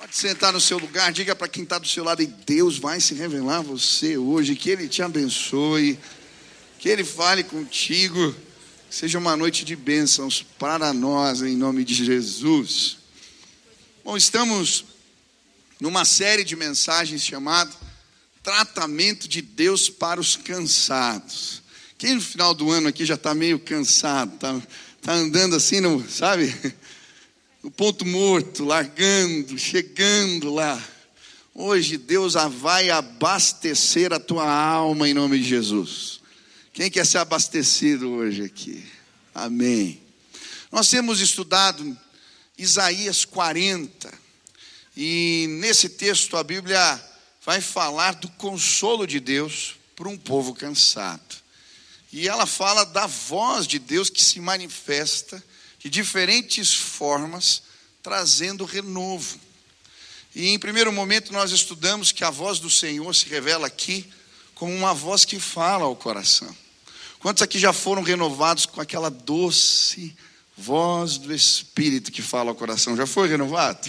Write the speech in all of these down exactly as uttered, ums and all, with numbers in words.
Pode sentar no seu lugar, diga para quem está do seu lado, e Deus vai se revelar a você hoje, que Ele te abençoe, que Ele fale contigo, que seja uma noite de bênçãos para nós, em nome de Jesus. Bom, estamos numa série de mensagens chamada Tratamento de Deus para os Cansados. Quem no final do ano aqui já está meio cansado, está tá andando assim, no, sabe, no ponto morto, largando, chegando lá. Hoje Deus vai abastecer a tua alma em nome de Jesus. Quem quer ser abastecido hoje aqui? Amém. Nós temos estudado Isaías quarenta, e nesse texto a Bíblia vai falar do consolo de Deus para um povo cansado. E ela fala da voz de Deus que se manifesta de diferentes formas, trazendo renovo. E em primeiro momento nós estudamos que a voz do Senhor se revela aqui como uma voz que fala ao coração. Quantos aqui já foram renovados com aquela doce voz do Espírito que fala ao coração? Já foi renovado?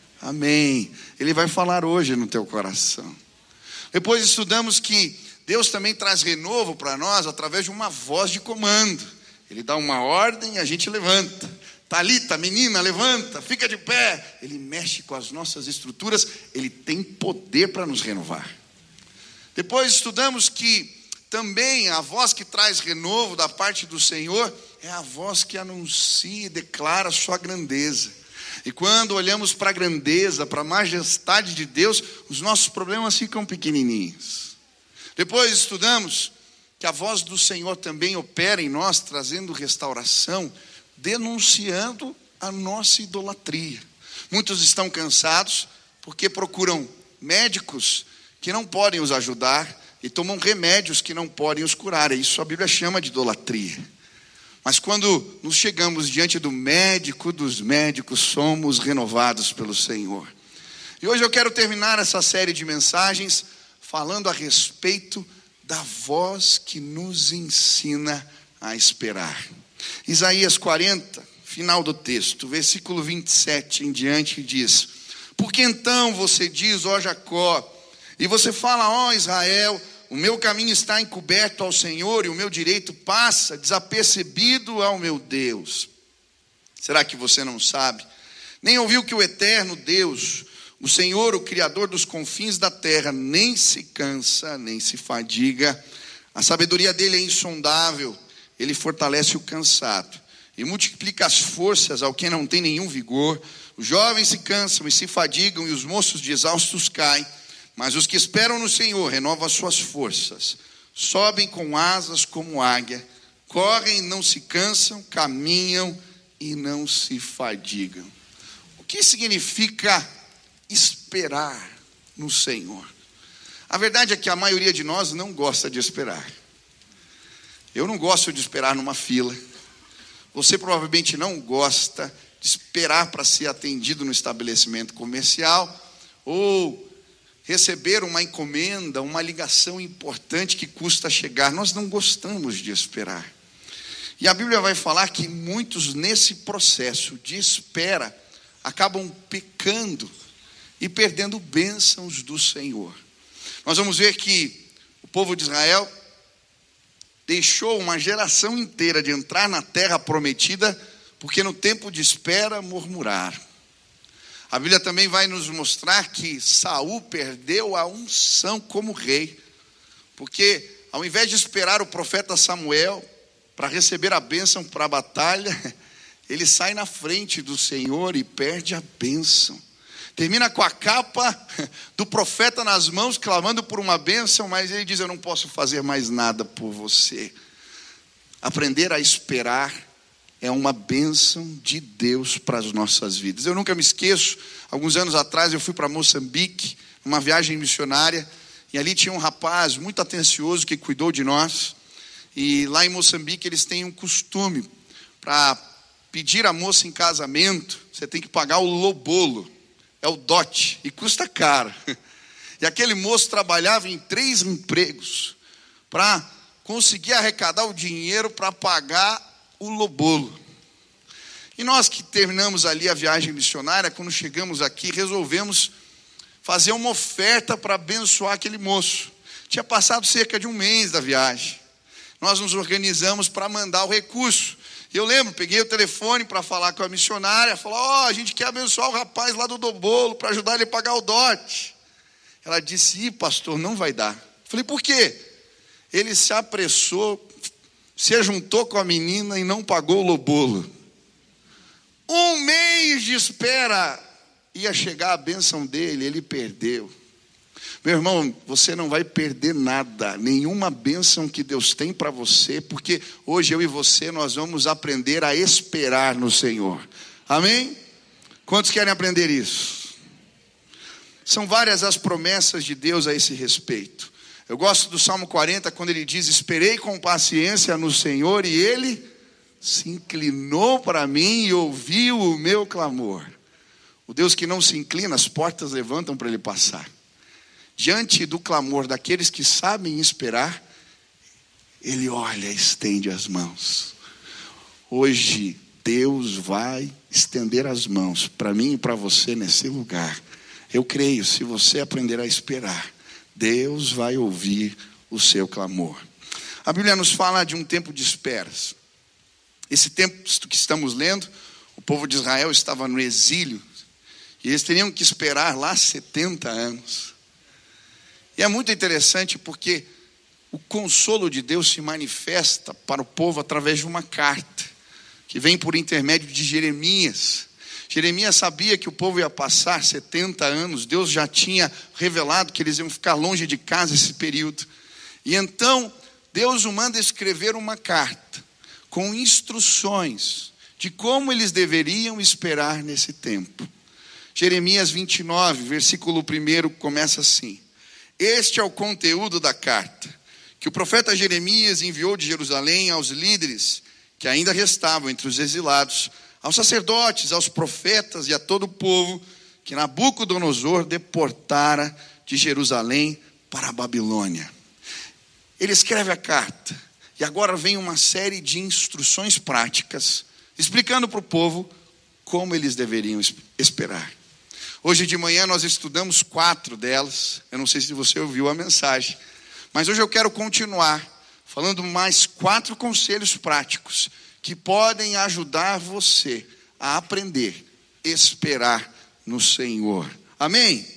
Amém. Ele vai falar hoje no teu coração. Depois estudamos que Deus também traz renovo para nós através de uma voz de comando. Ele dá uma ordem e a gente levanta. Talita, menina, levanta, fica de pé. Ele mexe com as nossas estruturas. Ele tem poder para nos renovar. Depois estudamos que também a voz que traz renovo da parte do Senhor é a voz que anuncia e declara a sua grandeza. E quando olhamos para a grandeza, para a majestade de Deus, os nossos problemas ficam pequenininhos. Depois estudamos que a voz do Senhor também opera em nós, trazendo restauração, denunciando a nossa idolatria. Muitos estão cansados porque procuram médicos que não podem os ajudar e tomam remédios que não podem os curar. Isso a Bíblia chama de idolatria. Mas quando nos chegamos diante do médico dos médicos, somos renovados pelo Senhor. E hoje eu quero terminar essa série de mensagens falando a respeito da voz que nos ensina a esperar. Isaías quarenta, final do texto, versículo vinte e sete em diante, diz: porque então você diz, ó Jacó, e você fala, ó Israel, o meu caminho está encoberto ao Senhor, e o meu direito passa desapercebido ao meu Deus. Será que você não sabe? Nem ouviu que o eterno Deus, o Senhor, o Criador dos confins da terra, nem se cansa, nem se fadiga. A sabedoria dele é insondável. Ele fortalece o cansado e multiplica as forças ao que não tem nenhum vigor. Os jovens se cansam e se fadigam, e os moços de exaustos caem. Mas os que esperam no Senhor renovam as suas forças. Sobem com asas como águia. Correm e não se cansam, caminham e não se fadigam. O que significa esperar no Senhor? A verdade é que a maioria de nós não gosta de esperar. Eu não gosto de esperar numa fila. Você provavelmente não gosta de esperar para ser atendido no estabelecimento comercial, ou receber uma encomenda, uma ligação importante que custa chegar. Nós não gostamos de esperar. E a Bíblia vai falar que muitos nesse processo de espera acabam pecando e perdendo bênçãos do Senhor. Nós vamos ver que o povo de Israel deixou uma geração inteira de entrar na terra prometida, porque no tempo de espera murmuraram. A Bíblia também vai nos mostrar que Saul perdeu a unção como rei, porque ao invés de esperar o profeta Samuel para receber a bênção para a batalha, ele sai na frente do Senhor e perde a bênção. Termina com a capa do profeta nas mãos, clamando por uma bênção, mas ele diz: eu não posso fazer mais nada por você. Aprender a esperar é uma bênção de Deus para as nossas vidas. Eu nunca me esqueço, alguns anos atrás eu fui para Moçambique, numa viagem missionária, e ali tinha um rapaz muito atencioso que cuidou de nós. E lá em Moçambique eles têm um costume, para pedir a moça em casamento, você tem que pagar o lobolo. É o dote, e custa caro. E aquele moço trabalhava em três empregos para conseguir arrecadar o dinheiro para pagar o lobolo. E nós que terminamos ali a viagem missionária, quando chegamos aqui, resolvemos fazer uma oferta para abençoar aquele moço. Tinha passado cerca de um mês da viagem. Nós nos organizamos para mandar o recurso. E eu lembro, peguei o telefone para falar com a missionária, falou, ó, oh, a gente quer abençoar o rapaz lá do Dobolo, para ajudar ele a pagar o dote. Ela disse, ih, pastor, não vai dar. Falei, por quê? Ele se apressou, se juntou com a menina e não pagou o lobolo. Um mês de espera, ia chegar a bênção dele, ele perdeu. Meu irmão, você não vai perder nada, nenhuma bênção que Deus tem para você, porque hoje eu e você, nós vamos aprender a esperar no Senhor. Amém? Quantos querem aprender isso? São várias as promessas de Deus a esse respeito. Eu gosto do Salmo quarenta, quando ele diz, esperei com paciência no Senhor, e Ele se inclinou para mim e ouviu o meu clamor. O Deus que não se inclina, as portas levantam para Ele passar. Diante do clamor daqueles que sabem esperar, Ele olha, estende as mãos. Hoje, Deus vai estender as mãos para mim e para você nesse lugar. Eu creio, se você aprender a esperar, Deus vai ouvir o seu clamor. A Bíblia nos fala de um tempo de esperas. Esse tempo que estamos lendo, o povo de Israel estava no exílio, e eles teriam que esperar lá setenta anos. E é muito interessante porque o consolo de Deus se manifesta para o povo através de uma carta, que vem por intermédio de Jeremias. Jeremias sabia que o povo ia passar setenta anos, Deus já tinha revelado que eles iam ficar longe de casa esse período. E então, Deus o manda escrever uma carta, com instruções de como eles deveriam esperar nesse tempo. Jeremias vinte e nove, versículo um, começa assim. Este é o conteúdo da carta, que o profeta Jeremias enviou de Jerusalém aos líderes que ainda restavam entre os exilados, aos sacerdotes, aos profetas e a todo o povo que Nabucodonosor deportara de Jerusalém para a Babilônia. Ele escreve a carta, e agora vem uma série de instruções práticas, explicando para o povo como eles deveriam esperar. Hoje de manhã nós estudamos quatro delas, eu não sei se você ouviu a mensagem, mas hoje eu quero continuar falando mais quatro conselhos práticos que podem ajudar você a aprender a esperar no Senhor. Amém?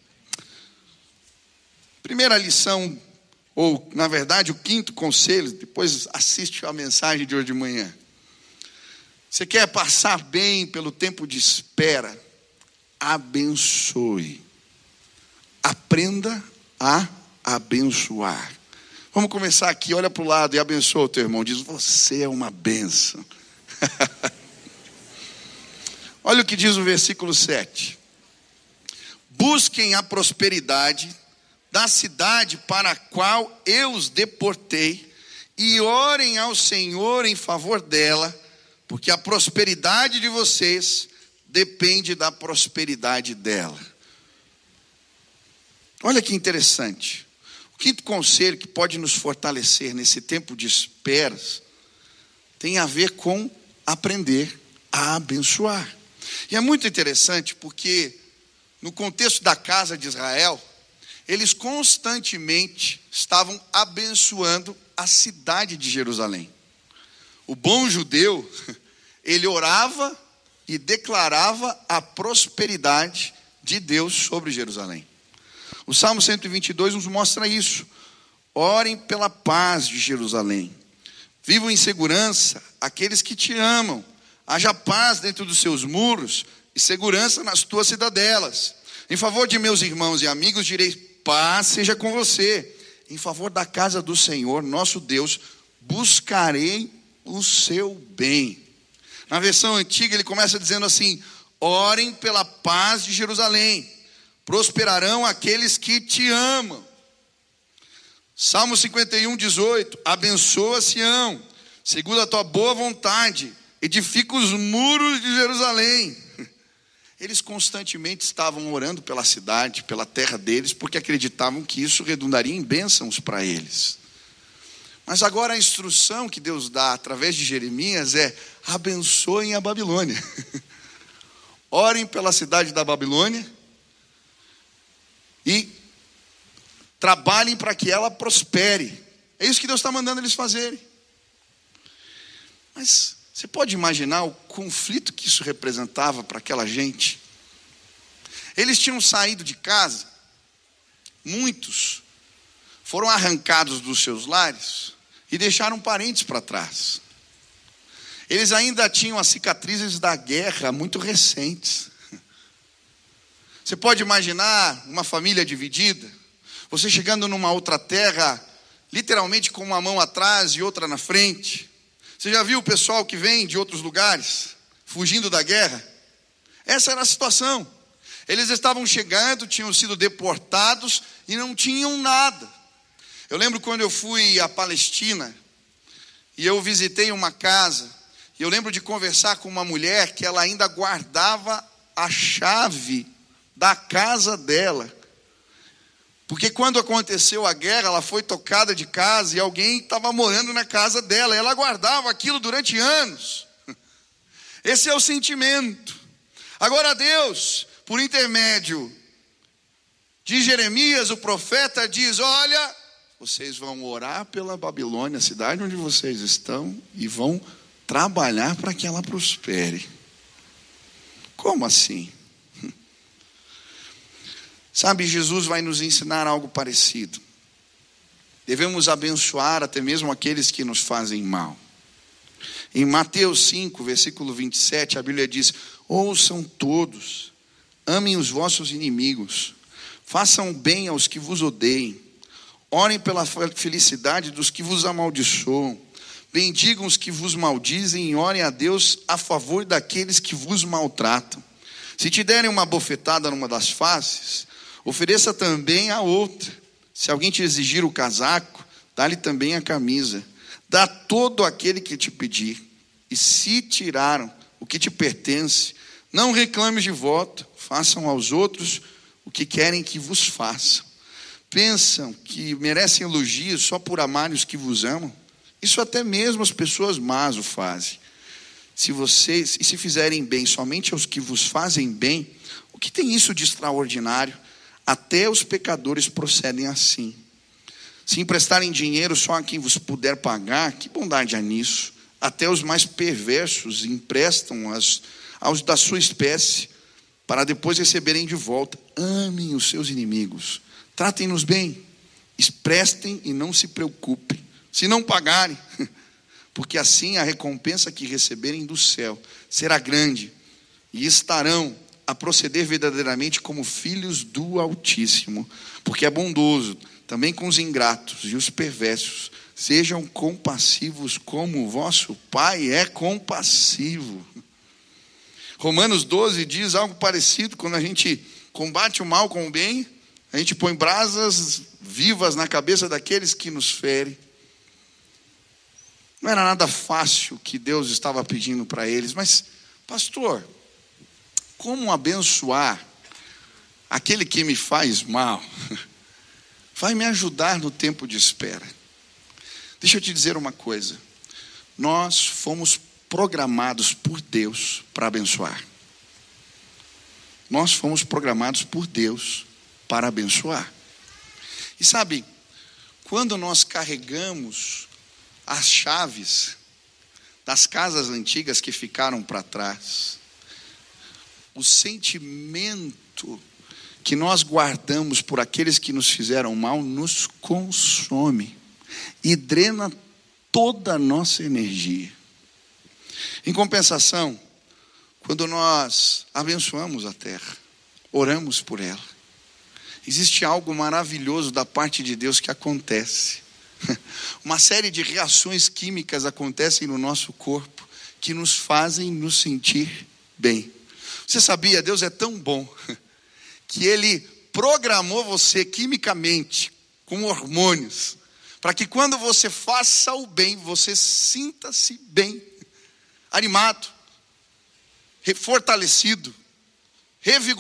Primeira lição, ou na verdade o quinto conselho, depois assiste a mensagem de hoje de manhã. Você quer passar bem pelo tempo de espera? Abençoe. Aprenda a abençoar. Vamos começar aqui, olha para o lado e abençoa o teu irmão. Diz, você é uma bênção. Olha o que diz o versículo sete. Busquem a prosperidade da cidade para a qual eu os deportei, e orem ao Senhor em favor dela, porque a prosperidade de vocês depende da prosperidade dela. Olha que interessante. O quinto conselho que pode nos fortalecer nesse tempo de esperas tem a ver com aprender a abençoar. E é muito interessante porque no contexto da casa de Israel, eles constantemente estavam abençoando a cidade de Jerusalém. O bom judeu, ele orava e declarava a prosperidade de Deus sobre Jerusalém. O Salmo cento e vinte e dois nos mostra isso. Orem pela paz de Jerusalém. Vivam em segurança aqueles que te amam. Haja paz dentro dos seus muros e segurança nas tuas cidadelas. Em favor de meus irmãos e amigos direi, paz seja com você. Em favor da casa do Senhor, nosso Deus, buscarei o seu bem. Na versão antiga ele começa dizendo assim, orem pela paz de Jerusalém, prosperarão aqueles que te amam. Salmo cinquenta e um, dezoito, abençoa Sião, segundo a tua boa vontade, edifica os muros de Jerusalém. Eles constantemente estavam orando pela cidade, pela terra deles, porque acreditavam que isso redundaria em bênçãos para eles. Mas agora a instrução que Deus dá através de Jeremias é: abençoem a Babilônia. Orem pela cidade da Babilônia e trabalhem para que ela prospere. É isso que Deus está mandando eles fazerem. Mas você pode imaginar o conflito que isso representava para aquela gente? Eles tinham saído de casa, muitos foram arrancados dos seus lares e deixaram parentes para trás. Eles ainda tinham as cicatrizes da guerra muito recentes. Você pode imaginar uma família dividida, você chegando numa outra terra, literalmente com uma mão atrás e outra na frente. Você já viu o pessoal que vem de outros lugares, fugindo da guerra? Essa era a situação. Eles estavam chegando, tinham sido deportados e não tinham nada. Eu lembro quando eu fui à Palestina e eu visitei uma casa, e eu lembro de conversar com uma mulher que ela ainda guardava a chave da casa dela. Porque quando aconteceu a guerra, ela foi tocada de casa e alguém estava morando na casa dela. Ela guardava aquilo durante anos. Esse é o sentimento. Agora Deus, por intermédio de Jeremias, o profeta, diz: olha, vocês vão orar pela Babilônia, a cidade onde vocês estão, e vão trabalhar para que ela prospere. Como assim? Sabe, Jesus vai nos ensinar algo parecido. Devemos abençoar até mesmo aqueles que nos fazem mal. Em Mateus cinco, versículo vinte e sete, a Bíblia diz: ouçam todos, amem os vossos inimigos, façam bem aos que vos odeiem, orem pela felicidade dos que vos amaldiçoam, bendigam os que vos maldizem e orem a Deus a favor daqueles que vos maltratam. Se te derem uma bofetada numa das faces, ofereça também a outra. Se alguém te exigir o casaco, dá-lhe também a camisa. Dá todo aquele que te pedir. E se tiraram o que te pertence, não reclames de volta. Façam aos outros o que querem que vos façam. Pensam que merecem elogios só por amarem os que vos amam? Isso até mesmo as pessoas más o fazem. Se vocês, e se fizerem bem somente aos que vos fazem bem, o que tem isso de extraordinário? Até os pecadores procedem assim. Se emprestarem dinheiro só a quem vos puder pagar, que bondade há nisso? Até os mais perversos emprestam as, aos da sua espécie, para depois receberem de volta. Amem os seus inimigos, tratem-nos bem, emprestem e não se preocupem, se não pagarem, porque assim a recompensa que receberem do céu será grande, e estarão a proceder verdadeiramente como filhos do Altíssimo, porque é bondoso também com os ingratos e os perversos. Sejam compassivos como o vosso Pai é compassivo. Romanos doze diz algo parecido. Quando a gente combate o mal com o bem, a gente põe brasas vivas na cabeça daqueles que nos ferem. Não era nada fácil que Deus estava pedindo para eles, mas, pastor, como abençoar aquele que me faz mal? Vai me ajudar no tempo de espera. Deixa eu te dizer uma coisa. Nós fomos programados por Deus para abençoar. Nós fomos programados por Deus para abençoar. E sabe, quando nós carregamos as chaves das casas antigas que ficaram para trás, o sentimento que nós guardamos por aqueles que nos fizeram mal nos consome e drena toda a nossa energia. Em compensação, quando nós abençoamos a terra, oramos por ela, existe algo maravilhoso da parte de Deus que acontece. Uma série de reações químicas acontecem no nosso corpo que nos fazem nos sentir bem. Você sabia, Deus é tão bom que Ele programou você quimicamente com hormônios para que quando você faça o bem, você sinta-se bem, animado, fortalecido,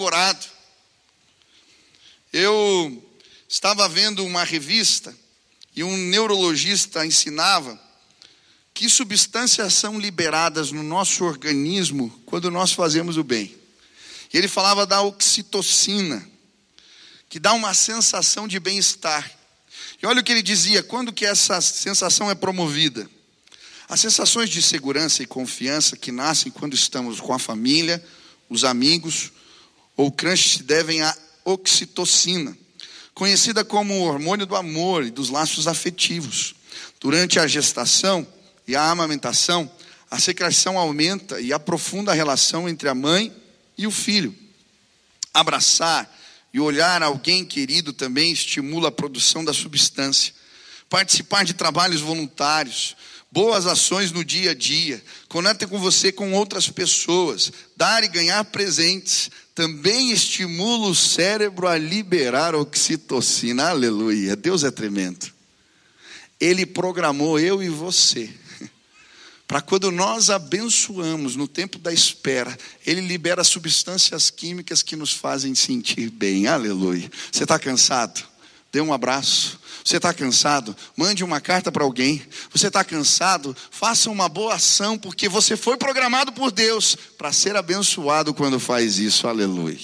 revigorado. Eu estava vendo uma revista e um neurologista ensinava que substâncias são liberadas no nosso organismo quando nós fazemos o bem. E ele falava da oxitocina, que dá uma sensação de bem-estar. E olha o que ele dizia, quando que essa sensação é promovida? As sensações de segurança e confiança que nascem quando estamos com a família, os amigos ou crushes se devem à oxitocina, conhecida como o hormônio do amor e dos laços afetivos. Durante a gestação e a amamentação, a secreção aumenta e aprofunda a relação entre a mãe e o filho. Abraçar e olhar alguém querido também estimula a produção da substância. Participar de trabalhos voluntários, boas ações no dia a dia, conectem com você com outras pessoas, dar e ganhar presentes, também estimula o cérebro a liberar oxitocina. Aleluia, Deus é tremendo. Ele programou eu e você para quando nós abençoamos no tempo da espera, Ele libera substâncias químicas que nos fazem sentir bem. Aleluia. Você está cansado? Dê um abraço. Você está cansado? Mande uma carta para alguém. Você está cansado? Faça uma boa ação, porque você foi programado por Deus para ser abençoado quando faz isso. Aleluia.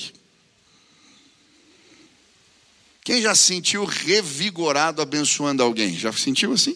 Quem já se sentiu revigorado abençoando alguém? Já sentiu assim?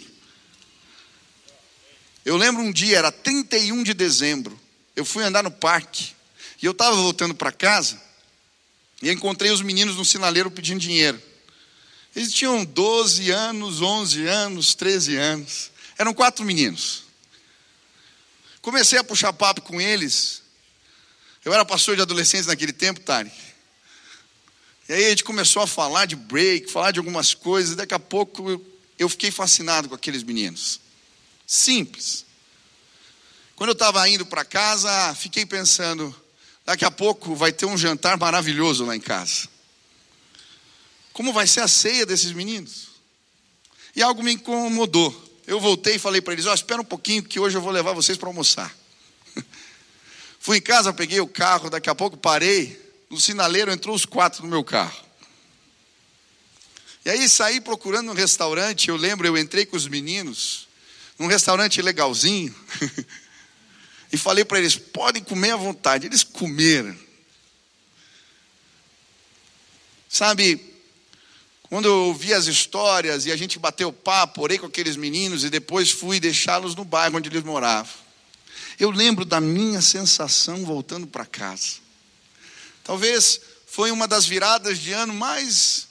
Eu lembro um dia, era trinta e um de dezembro, eu fui andar no parque, e eu estava voltando para casa, e encontrei os meninos no sinaleiro pedindo dinheiro. Eles tinham doze anos, onze anos, treze anos, eram quatro meninos. Comecei a puxar papo com eles, eu era pastor de adolescentes naquele tempo, Tari. E aí a gente começou a falar de break, falar de algumas coisas, e daqui a pouco eu, eu fiquei fascinado com aqueles meninos. Simples. Quando eu estava indo para casa, fiquei pensando, daqui a pouco vai ter um jantar maravilhoso lá em casa. Como vai ser a ceia desses meninos? E algo me incomodou. Eu voltei e falei para eles, ó, oh, espera um pouquinho que hoje eu vou levar vocês para almoçar. Fui em casa, peguei o carro, daqui a pouco parei, no sinaleiro entrou os quatro no meu carro. E aí saí procurando um restaurante, eu lembro, eu entrei com os meninos, num restaurante legalzinho, e falei para eles, podem comer à vontade. Eles comeram. Sabe, quando eu ouvi as histórias e a gente bateu papo, orei com aqueles meninos e depois fui deixá-los no bairro onde eles moravam. Eu lembro da minha sensação voltando para casa. Talvez foi uma das viradas de ano mais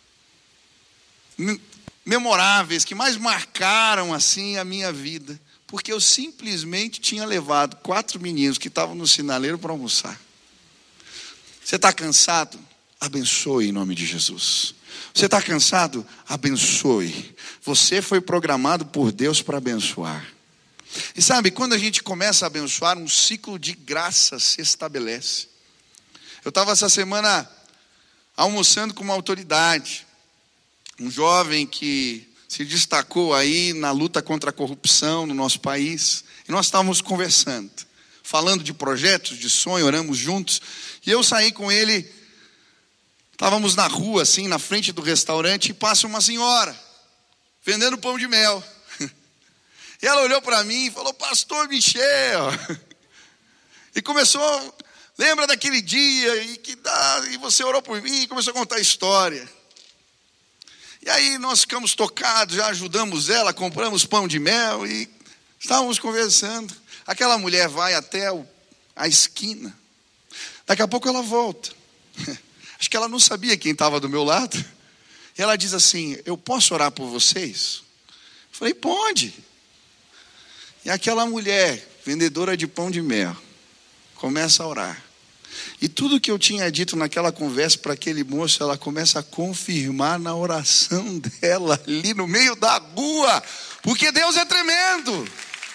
memoráveis, que mais marcaram assim a minha vida, porque eu simplesmente tinha levado quatro meninos que estavam no sinaleiro para almoçar. Você está cansado? Abençoe em nome de Jesus. Você está cansado? Abençoe. Você foi programado por Deus para abençoar. E sabe, quando a gente começa a abençoar, um ciclo de graça se estabelece. Eu estava essa semana almoçando com uma autoridade, um jovem que se destacou aí na luta contra a corrupção no nosso país. E nós estávamos conversando, falando de projetos, de sonho, oramos juntos. E eu saí com ele, estávamos na rua, assim, na frente do restaurante, e passa uma senhora, vendendo pão de mel. E ela olhou para mim e falou, pastor Michel. E começou, lembra daquele dia, e, que dá, e você orou por mim, e começou a contar a história. E aí nós ficamos tocados, já ajudamos ela, compramos pão de mel e estávamos conversando. Aquela mulher vai até o, a esquina. Daqui a pouco ela volta. Acho que ela não sabia quem estava do meu lado. E ela diz assim, eu posso orar por vocês? Eu falei, pode. E aquela mulher, vendedora de pão de mel, começa a orar. E tudo que eu tinha dito naquela conversa para aquele moço, ela começa a confirmar na oração dela, ali no meio da rua, porque Deus é tremendo.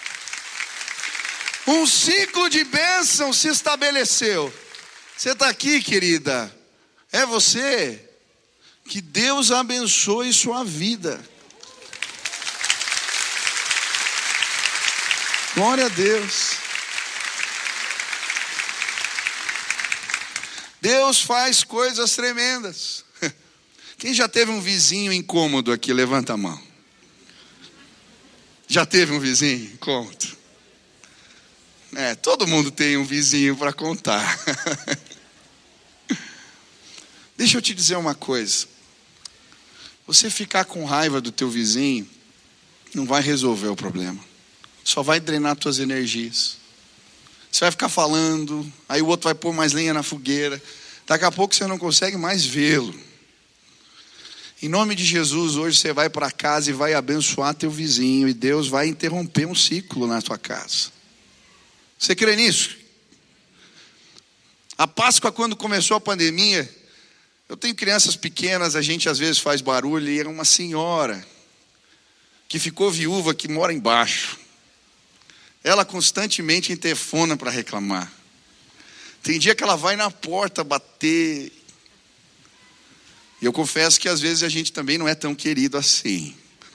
Um ciclo de bênção se estabeleceu. Você está aqui, querida, é você. Que Deus abençoe sua vida. Glória a Deus. Deus faz coisas tremendas. Quem já teve um vizinho incômodo aqui? Levanta a mão. Já teve um vizinho? Conta. É, todo mundo tem um vizinho para contar. Deixa eu te dizer uma coisa. Você ficar com raiva do teu vizinho não vai resolver o problema. Só vai drenar tuas energias. Você vai ficar falando, aí o outro vai pôr mais lenha na fogueira. Daqui a pouco você não consegue mais vê-lo. Em nome de Jesus, hoje você vai para casa e vai abençoar teu vizinho. E Deus vai interromper um ciclo na tua casa. Você crê nisso? A Páscoa, quando começou a pandemia, eu tenho crianças pequenas, a gente às vezes faz barulho, e era uma senhora que ficou viúva, que mora embaixo. Ela constantemente interfona para reclamar. Tem dia que ela vai na porta bater. E eu confesso que às vezes a gente também não é tão querido assim.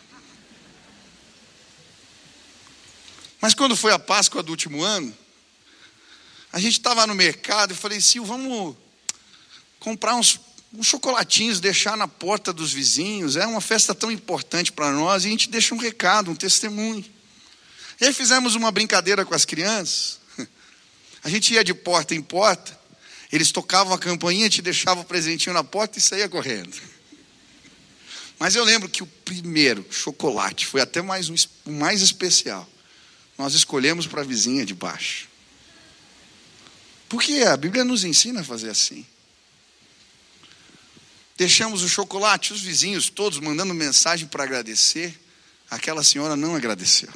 Mas quando foi a Páscoa do último ano, a gente estava no mercado e falei, Sil, vamos comprar uns, uns chocolatinhos, deixar na porta dos vizinhos. É uma festa tão importante para nós e a gente deixa um recado, um testemunho. E aí fizemos uma brincadeira com as crianças. A gente ia de porta em porta, eles tocavam a campainha, te deixavam o presentinho na porta e saía correndo. Mas eu lembro que o primeiro chocolate foi até mais um, o mais especial. Nós escolhemos para a vizinha de baixo. Porque a Bíblia nos ensina a fazer assim. Deixamos o chocolate, os vizinhos todos mandando mensagem para agradecer. Aquela senhora não agradeceu.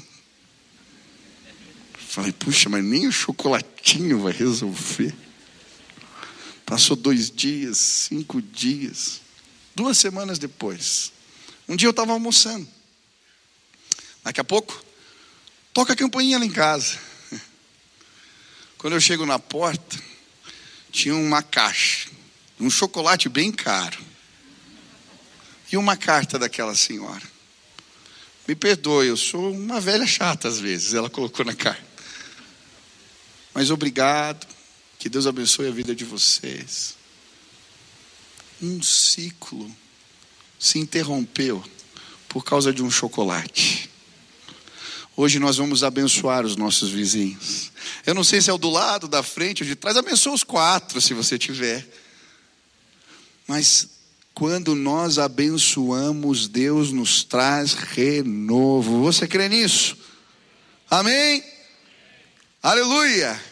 Falei, puxa, mas nem o chocolatinho vai resolver. Passou dois dias, cinco dias, duas semanas depois. Um dia eu estava almoçando. Daqui a pouco, toca a campainha lá em casa. Quando eu chego na porta, tinha uma caixa, um chocolate bem caro. E uma carta daquela senhora. Me perdoe, eu sou uma velha chata às vezes, ela colocou na carta. Mas obrigado, que Deus abençoe a vida de vocês. Um ciclo se interrompeu por causa de um chocolate. Hoje nós vamos abençoar os nossos vizinhos. Eu não sei se é o do lado, da frente ou de trás. Abençoa os quatro, se você tiver. Mas quando nós abençoamos, Deus nos traz renovo. Você crê nisso? Amém? Aleluia!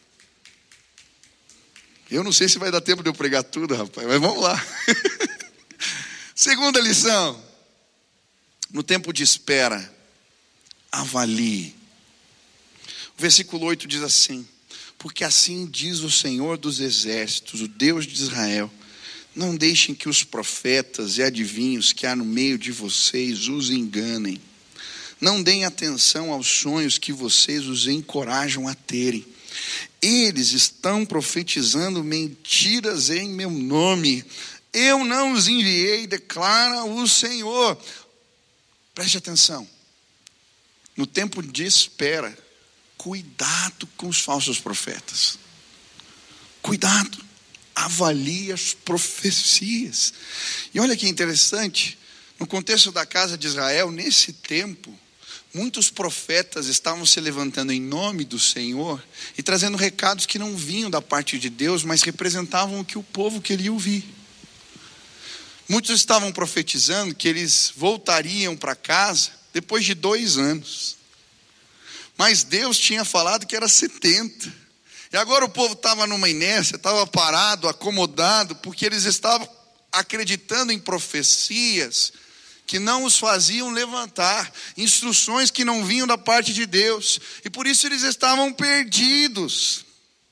Eu não sei se vai dar tempo de eu pregar tudo, rapaz, mas vamos lá. Segunda lição. No tempo de espera, avalie. O versículo oito diz assim: porque assim diz o Senhor dos exércitos, o Deus de Israel: não deixem que os profetas e adivinhos que há no meio de vocês os enganem. Não deem atenção aos sonhos que vocês os encorajam a terem. Eles estão profetizando mentiras em meu nome. Eu não os enviei, declara o Senhor. Preste atenção. No tempo de espera, cuidado com os falsos profetas. Cuidado. Avalie as profecias. E olha que interessante. No contexto da casa de Israel, nesse tempo, muitos profetas estavam se levantando em nome do Senhor e trazendo recados que não vinham da parte de Deus, mas representavam o que o povo queria ouvir. Muitos estavam profetizando que eles voltariam para casa depois de dois anos. Mas Deus tinha falado que era setenta. E agora o povo estava numa inércia, estava parado, acomodado, porque eles estavam acreditando em profecias que não os faziam levantar, instruções que não vinham da parte de Deus, e por isso eles estavam perdidos.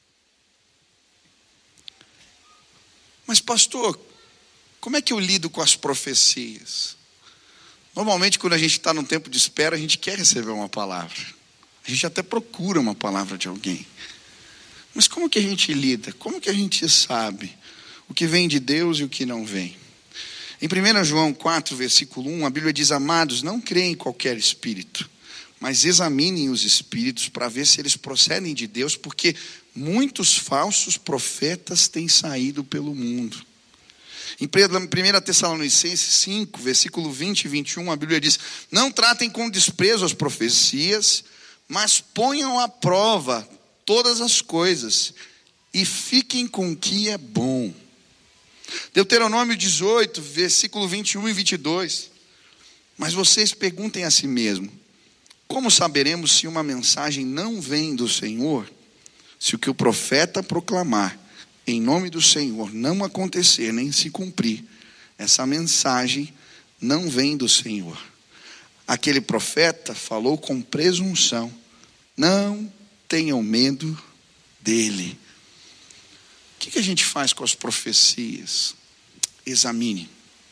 Mas pastor, como é que eu lido com as profecias? Normalmente quando a gente está num tempo de espera, a gente quer receber uma palavra, a gente até procura uma palavra de alguém. Mas como que a gente lida? Como que a gente sabe o que vem de Deus e o que não vem? Em primeiro João quatro, versículo um, a Bíblia diz: amados, não creem em qualquer espírito, mas examinem os espíritos para ver se eles procedem de Deus, porque muitos falsos profetas têm saído pelo mundo. Em primeira Tessalonicenses cinco, versículo vinte e vinte e um, a Bíblia diz: não tratem com desprezo as profecias, mas ponham à prova todas as coisas, e fiquem com o que é bom. Deuteronômio dezoito, versículo vinte e um e vinte e dois. Mas vocês perguntem a si mesmo: como saberemos se uma mensagem não vem do Senhor? Se o que o profeta proclamar em nome do Senhor não acontecer nem se cumprir, essa mensagem não vem do Senhor. Aquele profeta falou com presunção. Não tenham medo dele. O que a gente faz com as profecias? Examine.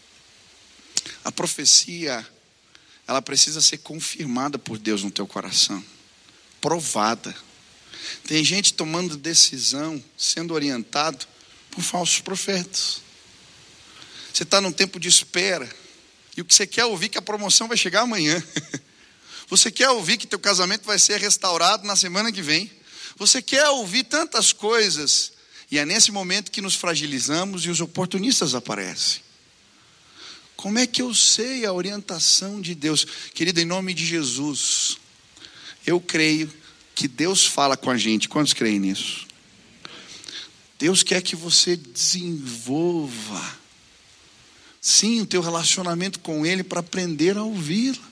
A profecia, ela precisa ser confirmada por Deus no teu coração, provada. Tem gente tomando decisão, sendo orientado por falsos profetas. Você está num tempo de espera, e o que você quer ouvir é que a promoção vai chegar amanhã. Você quer ouvir que teu casamento vai ser restaurado na semana que vem. Você quer ouvir tantas coisas, e é nesse momento que nos fragilizamos e os oportunistas aparecem. Como é que eu sei a orientação de Deus? Querido, em nome de Jesus, eu creio que Deus fala com a gente. Quantos creem nisso? Deus quer que você desenvolva, sim, o teu relacionamento com Ele para aprender a ouvi-la.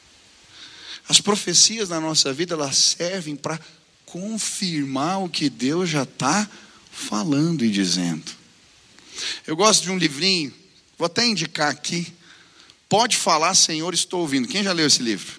As profecias na nossa vida, elas servem para confirmar o que Deus já está falando e dizendo. Eu gosto de um livrinho, vou até indicar aqui. Pode Falar, Senhor, Estou Ouvindo. Quem já leu esse livro?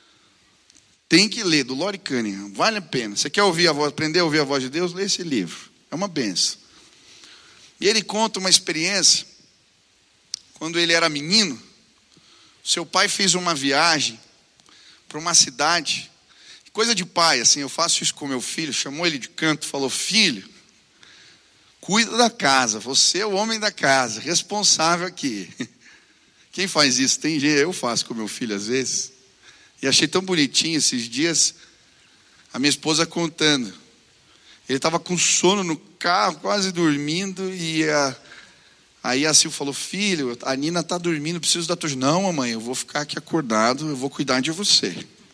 Tem que ler, do Lori Cunningham, vale a pena. Você quer ouvir a voz, aprender a ouvir a voz de Deus? Lê esse livro, é uma benção. E ele conta uma experiência. Quando ele era menino, seu pai fez uma viagem para uma cidade, coisa de pai, assim, eu faço isso com meu filho. Chamou ele de canto, falou: filho, cuida da casa, você é o homem da casa, responsável aqui. Quem faz isso? Tem gente, eu faço com meu filho às vezes. E achei tão bonitinho esses dias, a minha esposa contando. Ele estava com sono no carro, quase dormindo, e a, aí a Sil falou: filho, a Nina está dormindo, preciso da tua... Não, mamãe, eu vou ficar aqui acordado, eu vou cuidar de você.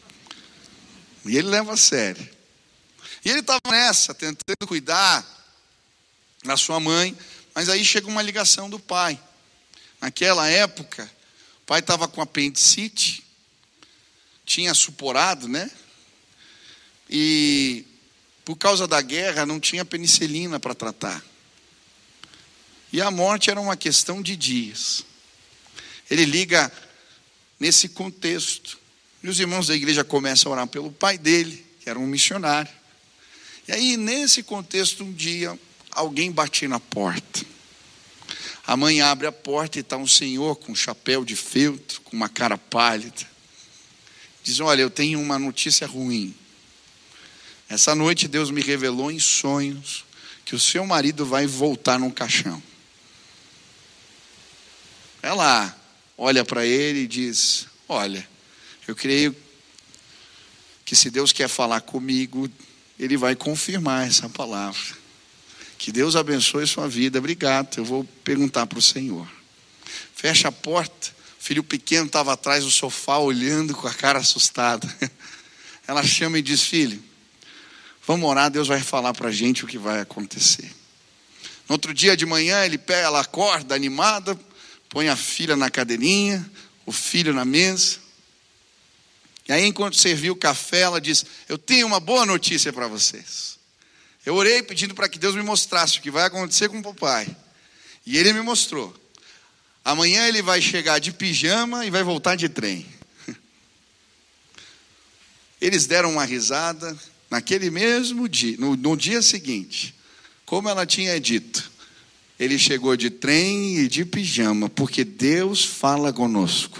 E ele leva a sério. E ele estava nessa, tentando cuidar da sua mãe, mas aí chega uma ligação do pai. Naquela época, o pai estava com apendicite, tinha suporado, né? E por causa da guerra não tinha penicilina para tratar. E a morte era uma questão de dias. Ele liga nesse contexto. E os irmãos da igreja começam a orar pelo pai dele, que era um missionário. E aí, nesse contexto, um dia, alguém bate na porta. A mãe abre a porta e está um senhor com um chapéu de feltro, com uma cara pálida. Diz: olha, eu tenho uma notícia ruim. Essa noite Deus me revelou em sonhos que o seu marido vai voltar num caixão. Ela olha para ele e diz: olha, eu creio que se Deus quer falar comigo, Ele vai confirmar essa palavra. Que Deus abençoe sua vida. Obrigado, eu vou perguntar para o Senhor. Fecha a porta. O filho pequeno estava atrás do sofá, olhando com a cara assustada. Ela chama e diz: filho, vamos orar, Deus vai falar para a gente o que vai acontecer. No outro dia de manhã, ele pega, ela acorda animada, põe a filha na cadeirinha, o filho na mesa. E aí, enquanto serviu o café, ela diz: eu tenho uma boa notícia para vocês. Eu orei pedindo para que Deus me mostrasse o que vai acontecer com o papai. E Ele me mostrou. Amanhã ele vai chegar de pijama e vai voltar de trem. Eles deram uma risada. Naquele mesmo dia, no, no dia seguinte, como ela tinha dito, ele chegou de trem e de pijama, porque Deus fala conosco.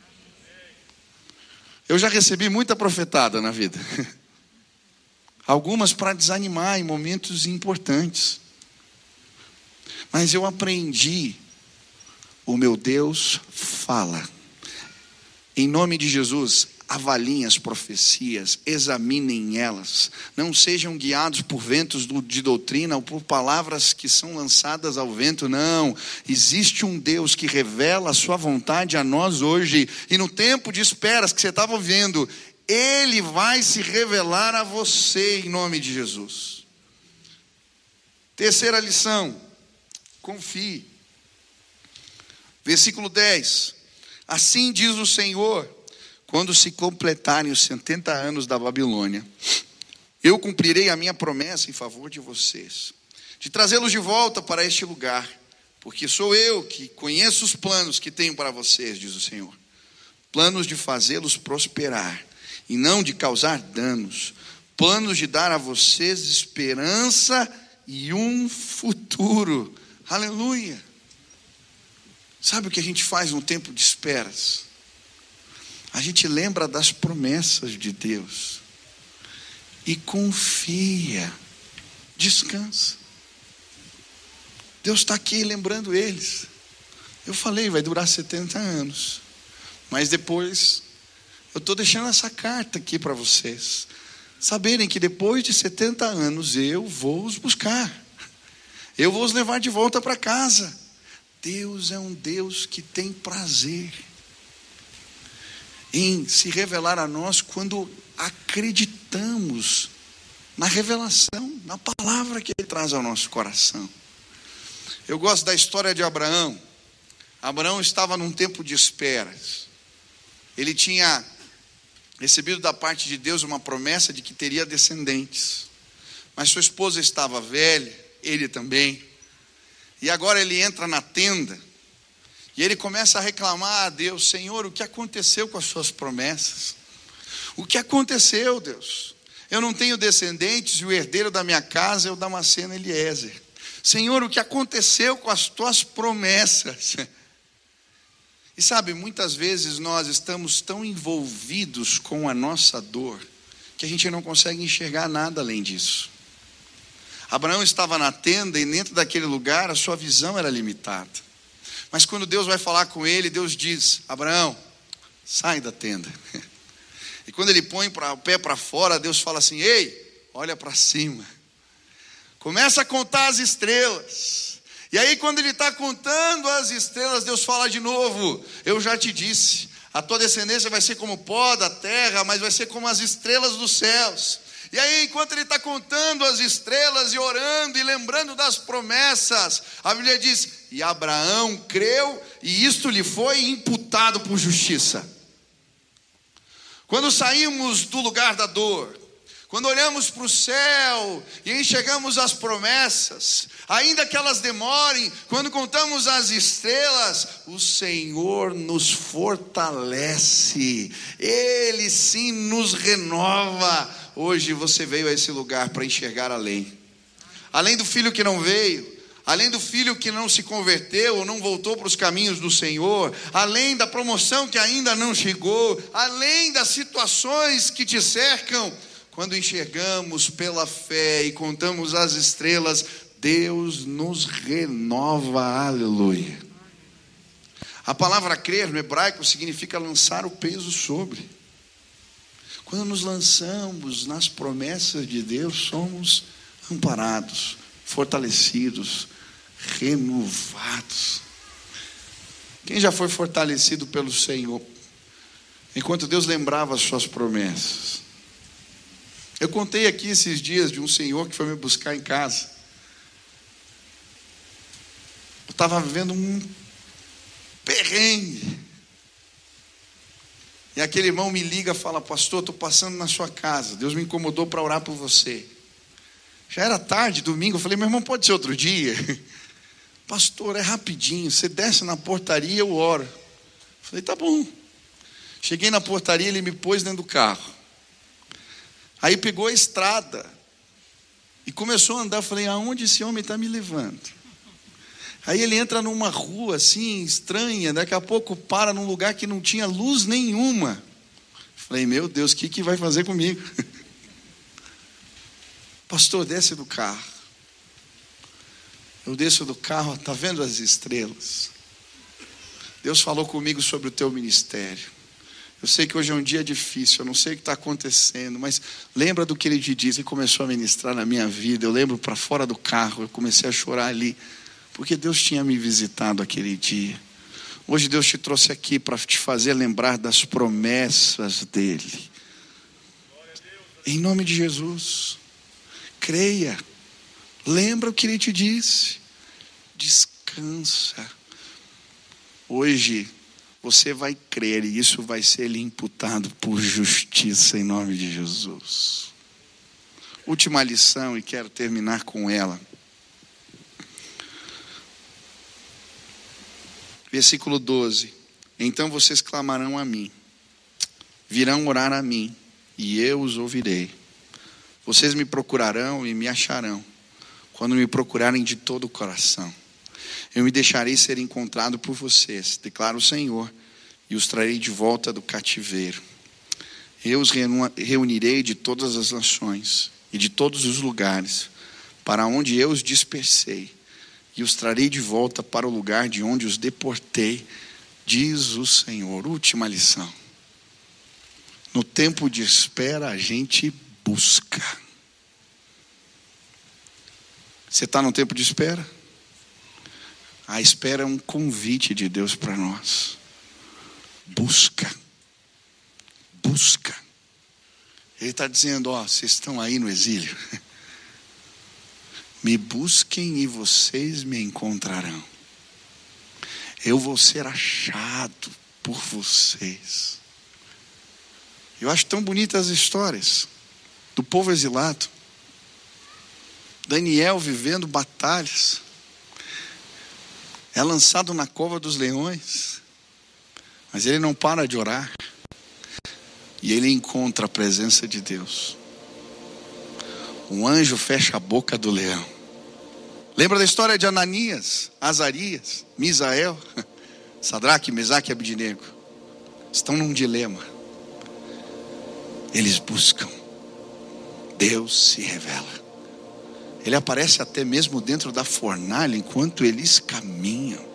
Eu já recebi muita profetada na vida. Algumas para desanimar em momentos importantes. Mas eu aprendi, o meu Deus fala. Em nome de Jesus, avaliem as profecias, examinem elas, não sejam guiados por ventos de doutrina ou por palavras que são lançadas ao vento, não. Existe um Deus que revela a sua vontade a nós hoje, e no tempo de esperas que você estava vendo, Ele vai se revelar a você em nome de Jesus. Terceira lição, confie. Versículo dez, assim diz o Senhor: quando se completarem os setenta anos da Babilônia, eu cumprirei a minha promessa em favor de vocês, de trazê-los de volta para este lugar, porque sou eu que conheço os planos que tenho para vocês, diz o Senhor, planos de fazê-los prosperar e não de causar danos, planos de dar a vocês esperança e um futuro. Aleluia! Sabe o que a gente faz no tempo de esperas? A gente lembra das promessas de Deus e confia, descansa. Deus está aqui lembrando eles. Eu falei, vai durar setenta anos, mas depois eu estou deixando essa carta aqui para vocês saberem que depois de setenta anos eu vou os buscar, eu vou os levar de volta para casa. Deus é um Deus que tem prazer em se revelar a nós quando acreditamos na revelação, na palavra que Ele traz ao nosso coração. Eu gosto da história de Abraão. Abraão estava num tempo de esperas. Ele tinha recebido da parte de Deus uma promessa de que teria descendentes, mas sua esposa estava velha, ele também, e agora ele entra na tenda, e ele começa a reclamar a Deus: Senhor, o que aconteceu com as suas promessas? O que aconteceu, Deus? Eu não tenho descendentes e o herdeiro da minha casa é o Damasceno Eliezer. Senhor, o que aconteceu com as tuas promessas? E sabe, muitas vezes nós estamos tão envolvidos com a nossa dor que a gente não consegue enxergar nada além disso. Abraão estava na tenda e dentro daquele lugar a sua visão era limitada. Mas quando Deus vai falar com ele, Deus diz: Abraão, sai da tenda. E quando ele põe o pé para fora, Deus fala assim: ei, olha para cima. Começa a contar as estrelas. E aí quando ele está contando as estrelas, Deus fala de novo: eu já te disse, a tua descendência vai ser como o pó da terra, mas vai ser como as estrelas dos céus. E aí, enquanto ele está contando as estrelas e orando e lembrando das promessas, a Bíblia diz: e Abraão creu e isto lhe foi imputado por justiça. Quando saímos do lugar da dor, quando olhamos para o céu e enxergamos as promessas, ainda que elas demorem, quando contamos as estrelas, o Senhor nos fortalece, Ele sim nos renova. Hoje você veio a esse lugar para enxergar além. Além do filho que não veio, além do filho que não se converteu ou não voltou para os caminhos do Senhor, além da promoção que ainda não chegou, além das situações que te cercam, quando enxergamos pela fé e contamos as estrelas, Deus nos renova, aleluia. A palavra crer no hebraico significa lançar o peso sobre. Quando nos lançamos nas promessas de Deus, somos amparados, fortalecidos, renovados. Quem já foi fortalecido pelo Senhor, enquanto Deus lembrava as suas promessas? Eu contei aqui esses dias de um senhor que foi me buscar em casa. Eu estava vivendo um perrengue. E aquele irmão me liga e fala: pastor, estou passando na sua casa, Deus me incomodou para orar por você. Já era tarde, domingo, eu falei: meu irmão, pode ser outro dia? Pastor, é rapidinho, você desce na portaria, eu oro. Eu falei: tá bom. Cheguei na portaria, ele me pôs dentro do carro. Aí pegou a estrada e começou a andar. Eu falei: aonde esse homem está me levando? Aí ele entra numa rua assim, estranha, daqui a pouco para num lugar que não tinha luz nenhuma. Falei: meu Deus, o que, que vai fazer comigo? Pastor, desce do carro. Eu desço do carro, está vendo as estrelas? Deus falou comigo sobre o teu ministério. Eu sei que hoje é um dia difícil, eu não sei o que está acontecendo, mas lembra do que ele te disse e começou a ministrar na minha vida. Eu lembro para fora do carro, eu comecei a chorar ali, porque Deus tinha me visitado aquele dia. Hoje Deus te trouxe aqui para te fazer lembrar das promessas dele. Em nome de Jesus, creia, lembra o que ele te disse, descansa. Hoje você vai crer e isso vai ser lhe imputado por justiça em nome de Jesus. Última lição, e quero terminar com ela. Versículo doze. Então vocês clamarão a mim, virão orar a mim, e eu os ouvirei. Vocês me procurarão e me acharão, quando me procurarem de todo o coração. Eu me deixarei ser encontrado por vocês, declara o Senhor, e os trarei de volta do cativeiro. Eu os reunirei de todas as nações e de todos os lugares, para onde eu os dispersei, e os trarei de volta para o lugar de onde os deportei, diz o Senhor. Última lição. No tempo de espera a gente busca. Você está no tempo de espera? A espera é um convite de Deus para nós. Busca. Busca. Ele está dizendo, ó, vocês estão aí no exílio. Me busquem e vocês me encontrarão. Eu vou ser achado por vocês. Eu acho tão bonitas as histórias do povo exilado. Daniel vivendo batalhas. É lançado na cova dos leões, mas ele não para de orar, e ele encontra a presença de Deus. Um anjo fecha a boca do leão. Lembra da história de Ananias, Azarias, Misael, Sadraque, Mesaque e Abdinego? Estão num dilema. Eles buscam. Deus se revela. Ele aparece até mesmo dentro da fornalha enquanto eles caminham.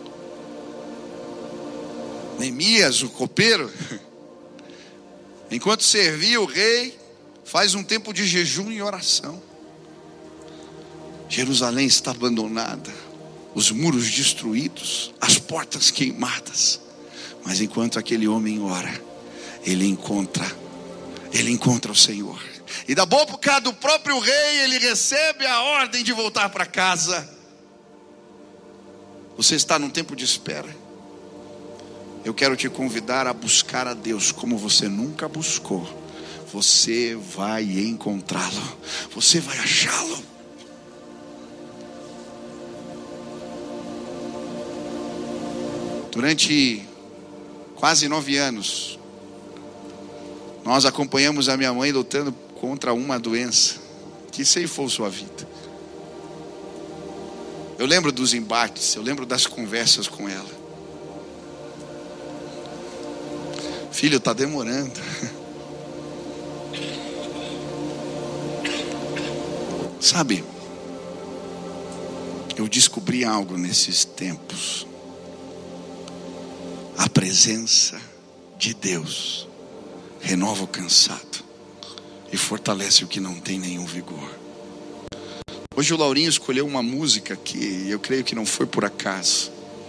Neemias, o copeiro, enquanto servia o rei, faz um tempo de jejum e oração. Jerusalém está abandonada, os muros destruídos, as portas queimadas. Mas enquanto aquele homem ora, ele encontra, ele encontra o Senhor. E da boca do próprio rei, ele recebe a ordem de voltar para casa. Você está num tempo de espera. Eu quero te convidar a buscar a Deus como você nunca buscou. Você vai encontrá-lo. Você vai achá-lo. Durante quase nove anos, nós acompanhamos a minha mãe lutando contra uma doença que ceifou sua vida. Eu lembro dos embates, eu lembro das conversas com ela. Filho, está demorando. Sabe, eu descobri algo nesses tempos. A presença de Deus renova o cansado e fortalece o que não tem nenhum vigor. Hoje o Laurinho escolheu uma música que eu creio que não foi por acaso.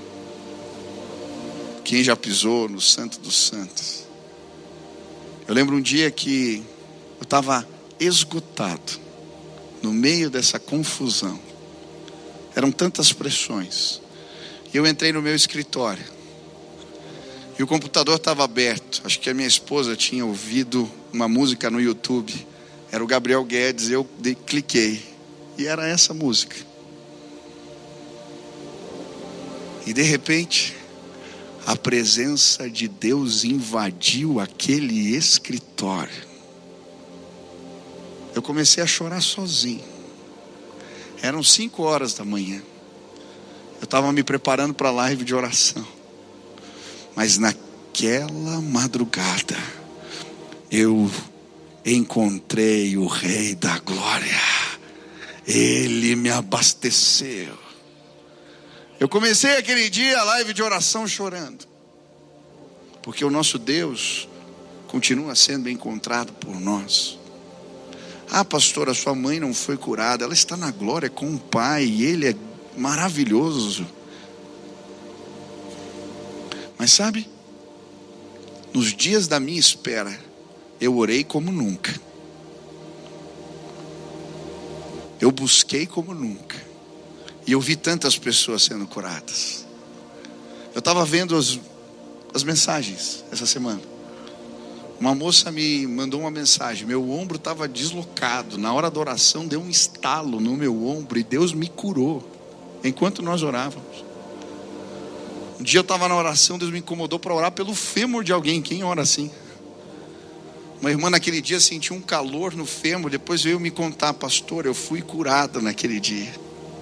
Quem já pisou no Santo dos Santos? Eu lembro um dia que eu estava esgotado, no meio dessa confusão. Eram tantas pressões. E eu entrei no meu escritório. E o computador estava aberto. Acho que a minha esposa tinha ouvido uma música no YouTube. Era o Gabriel Guedes. Eu de, cliquei. E era essa música. E de repente, a presença de Deus invadiu aquele escritório. Eu comecei a chorar sozinho. Eram cinco horas da manhã. Eu estava me preparando para a live de oração. Mas naquela madrugada, eu encontrei o Rei da Glória. Ele me abasteceu. Eu comecei aquele dia a live de oração chorando. Porque o nosso Deus continua sendo encontrado por nós. Ah, pastor, a sua mãe não foi curada. Ela está na glória com o Pai, e Ele é maravilhoso. Mas sabe, nos dias da minha espera, eu orei como nunca. Eu busquei como nunca. E eu vi tantas pessoas sendo curadas. Eu estava vendo as, as mensagens essa semana. Uma moça me mandou uma mensagem. Meu ombro estava deslocado. Na hora da oração deu um estalo no meu ombro e Deus me curou enquanto nós orávamos. Um dia eu estava na oração, Deus me incomodou para orar pelo fêmur de alguém. Quem ora assim? Uma irmã naquele dia sentiu um calor no fêmur. Depois veio me contar: pastor, eu fui curada naquele dia.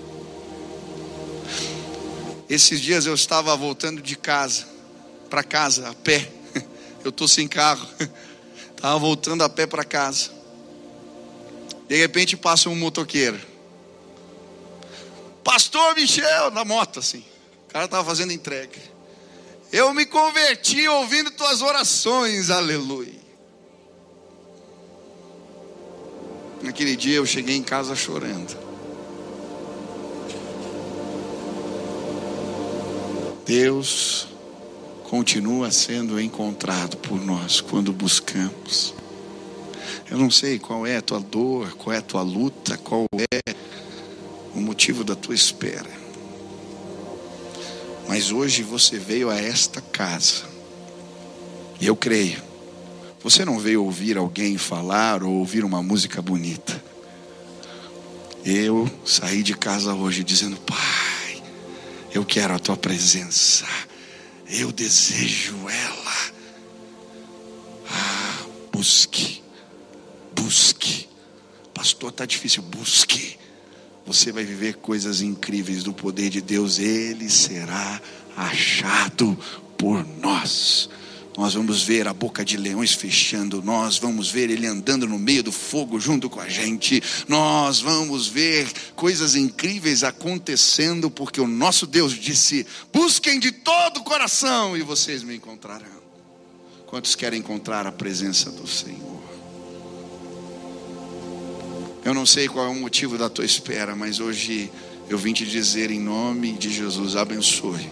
Esses dias eu estava voltando de casa, para casa, a pé. Eu estou sem carro. Estava voltando a pé para casa. De repente passa um motoqueiro. Pastor Michel, na moto assim. O cara estava fazendo entrega. Eu me converti ouvindo tuas orações, aleluia. Naquele dia eu cheguei em casa chorando. Deus continua sendo encontrado por nós quando buscamos. Eu não sei qual é a tua dor, qual é a tua luta, qual é o motivo da tua espera. Mas hoje você veio a esta casa. E eu creio, você não veio ouvir alguém falar ou ouvir uma música bonita. Eu saí de casa hoje dizendo: Pai, eu quero a tua presença. Eu desejo ela. Ah, busque. Busque. Pastor, está difícil. Busque. Você vai viver coisas incríveis do poder de Deus. Ele será achado por nós. Nós vamos ver a boca de leões fechando. Nós vamos ver Ele andando no meio do fogo junto com a gente. Nós vamos ver coisas incríveis acontecendo, porque o nosso Deus disse: busquem de todo o coração e vocês me encontrarão. Quantos querem encontrar a presença do Senhor? Eu não sei qual é o motivo da tua espera, mas hoje eu vim te dizer, em nome de Jesus: abençoe.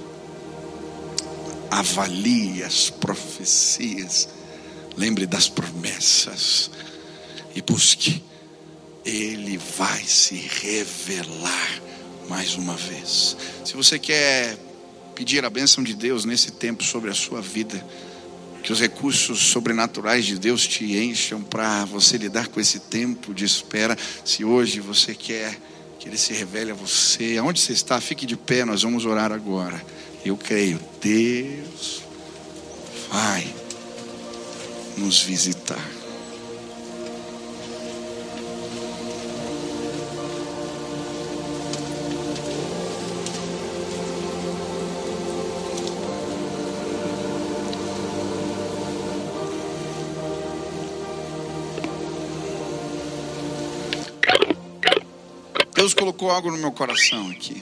Avalie as profecias, lembre das promessas e busque. Ele vai se revelar mais uma vez. Se você quer pedir a bênção de Deus nesse tempo sobre a sua vida, que os recursos sobrenaturais de Deus te encham para você lidar com esse tempo de espera. Se hoje você quer que Ele se revele a você, aonde você está, fique de pé, nós vamos orar agora. Eu creio, Deus vai nos visitar. Deus colocou algo no meu coração aqui.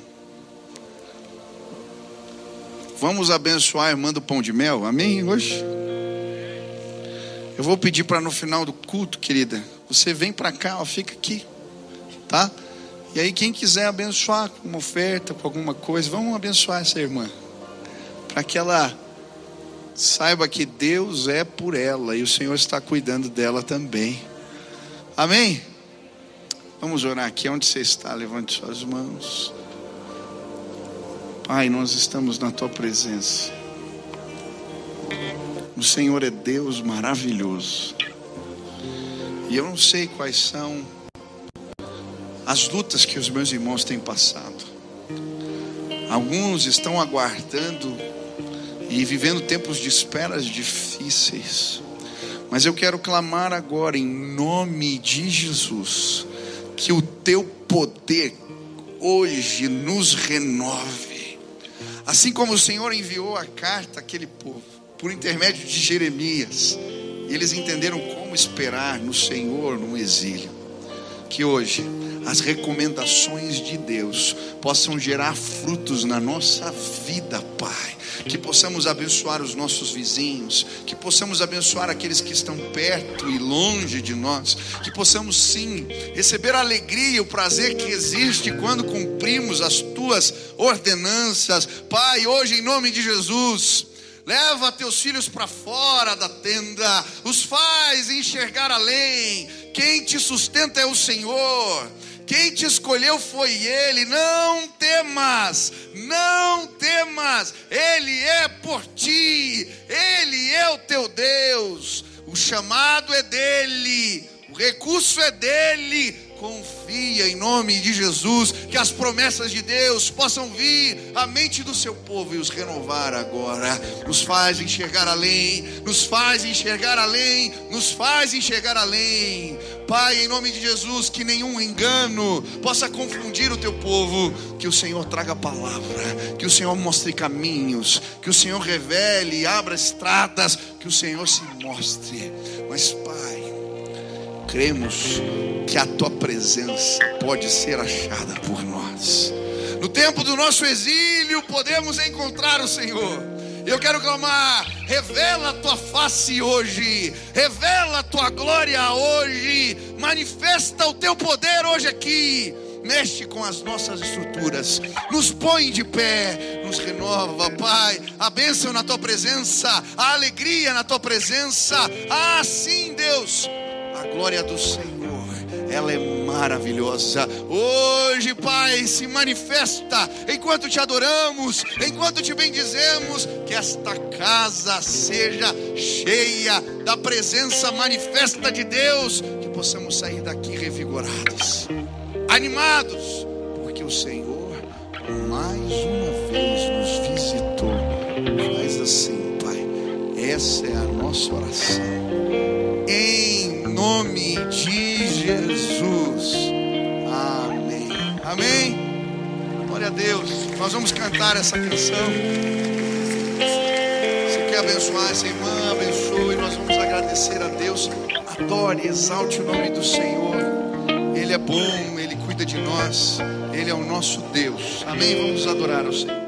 Vamos abençoar a irmã do Pão de Mel, amém? Hoje eu vou pedir para no final do culto, querida, você vem para cá, ó, fica aqui, tá? E aí quem quiser abençoar com uma oferta, com alguma coisa, vamos abençoar essa irmã, para que ela saiba que Deus é por ela e o Senhor está cuidando dela também, amém? Vamos orar aqui, onde você está, levante suas mãos. Pai, nós estamos na tua presença. O Senhor é Deus maravilhoso. E eu não sei quais são as lutas que os meus irmãos têm passado. Alguns estão aguardando e vivendo tempos de esperas difíceis. Mas eu quero clamar agora, em nome de Jesus, que o teu poder hoje nos renove. Assim como o Senhor enviou a carta àquele povo, por intermédio de Jeremias, e eles entenderam como esperar no Senhor no exílio. Que hoje as recomendações de Deus possam gerar frutos na nossa vida, Pai. que possamos abençoar os nossos vizinhos, que possamos abençoar aqueles que estão perto e longe de nós, que possamos sim receber a alegria e o prazer que existe quando cumprimos as tuas ordenanças. Pai, hoje em nome de Jesus, leva teus filhos para fora da tenda, os faz enxergar além. Quem te sustenta é o Senhor, quem te escolheu foi Ele. Não temas, não temas, Ele é por ti, Ele é o teu Deus. O chamado é dEle, o recurso é dEle. Confia em nome de Jesus, que as promessas de Deus possam vir à mente do seu povo e os renovar agora. Nos faz enxergar além, nos faz enxergar além, nos faz enxergar além. Pai, em nome de Jesus, que nenhum engano possa confundir o teu povo. Que o Senhor traga a palavra, que o Senhor mostre caminhos, que o Senhor revele e abra estradas, que o Senhor se mostre. Mas Pai, cremos que a tua presença pode ser achada por nós. No tempo do nosso exílio podemos encontrar o Senhor. Eu quero clamar: revela a tua face hoje, revela a tua glória hoje, manifesta o teu poder hoje aqui. Mexe com as nossas estruturas, nos põe de pé, nos renova, Pai. A bênção na tua presença, a alegria na tua presença. Ah, sim, Deus, a glória do Senhor, ela é maravilhosa. Hoje, Pai, se manifesta enquanto te adoramos, enquanto te bendizemos. Que esta casa seja cheia da presença manifesta de Deus. Que possamos sair daqui revigorados, animados, porque o Senhor mais uma vez nos visitou. Faz assim, Pai, essa é a nossa oração, em nome de Jesus, amém, amém. Glória a Deus. Nós vamos cantar essa canção. Se quer abençoar essa irmã, abençoe. Nós vamos agradecer a Deus. Adore, exalte o nome do Senhor. Ele é bom, Ele cuida de nós, Ele é o nosso Deus, amém. Vamos adorar ao Senhor.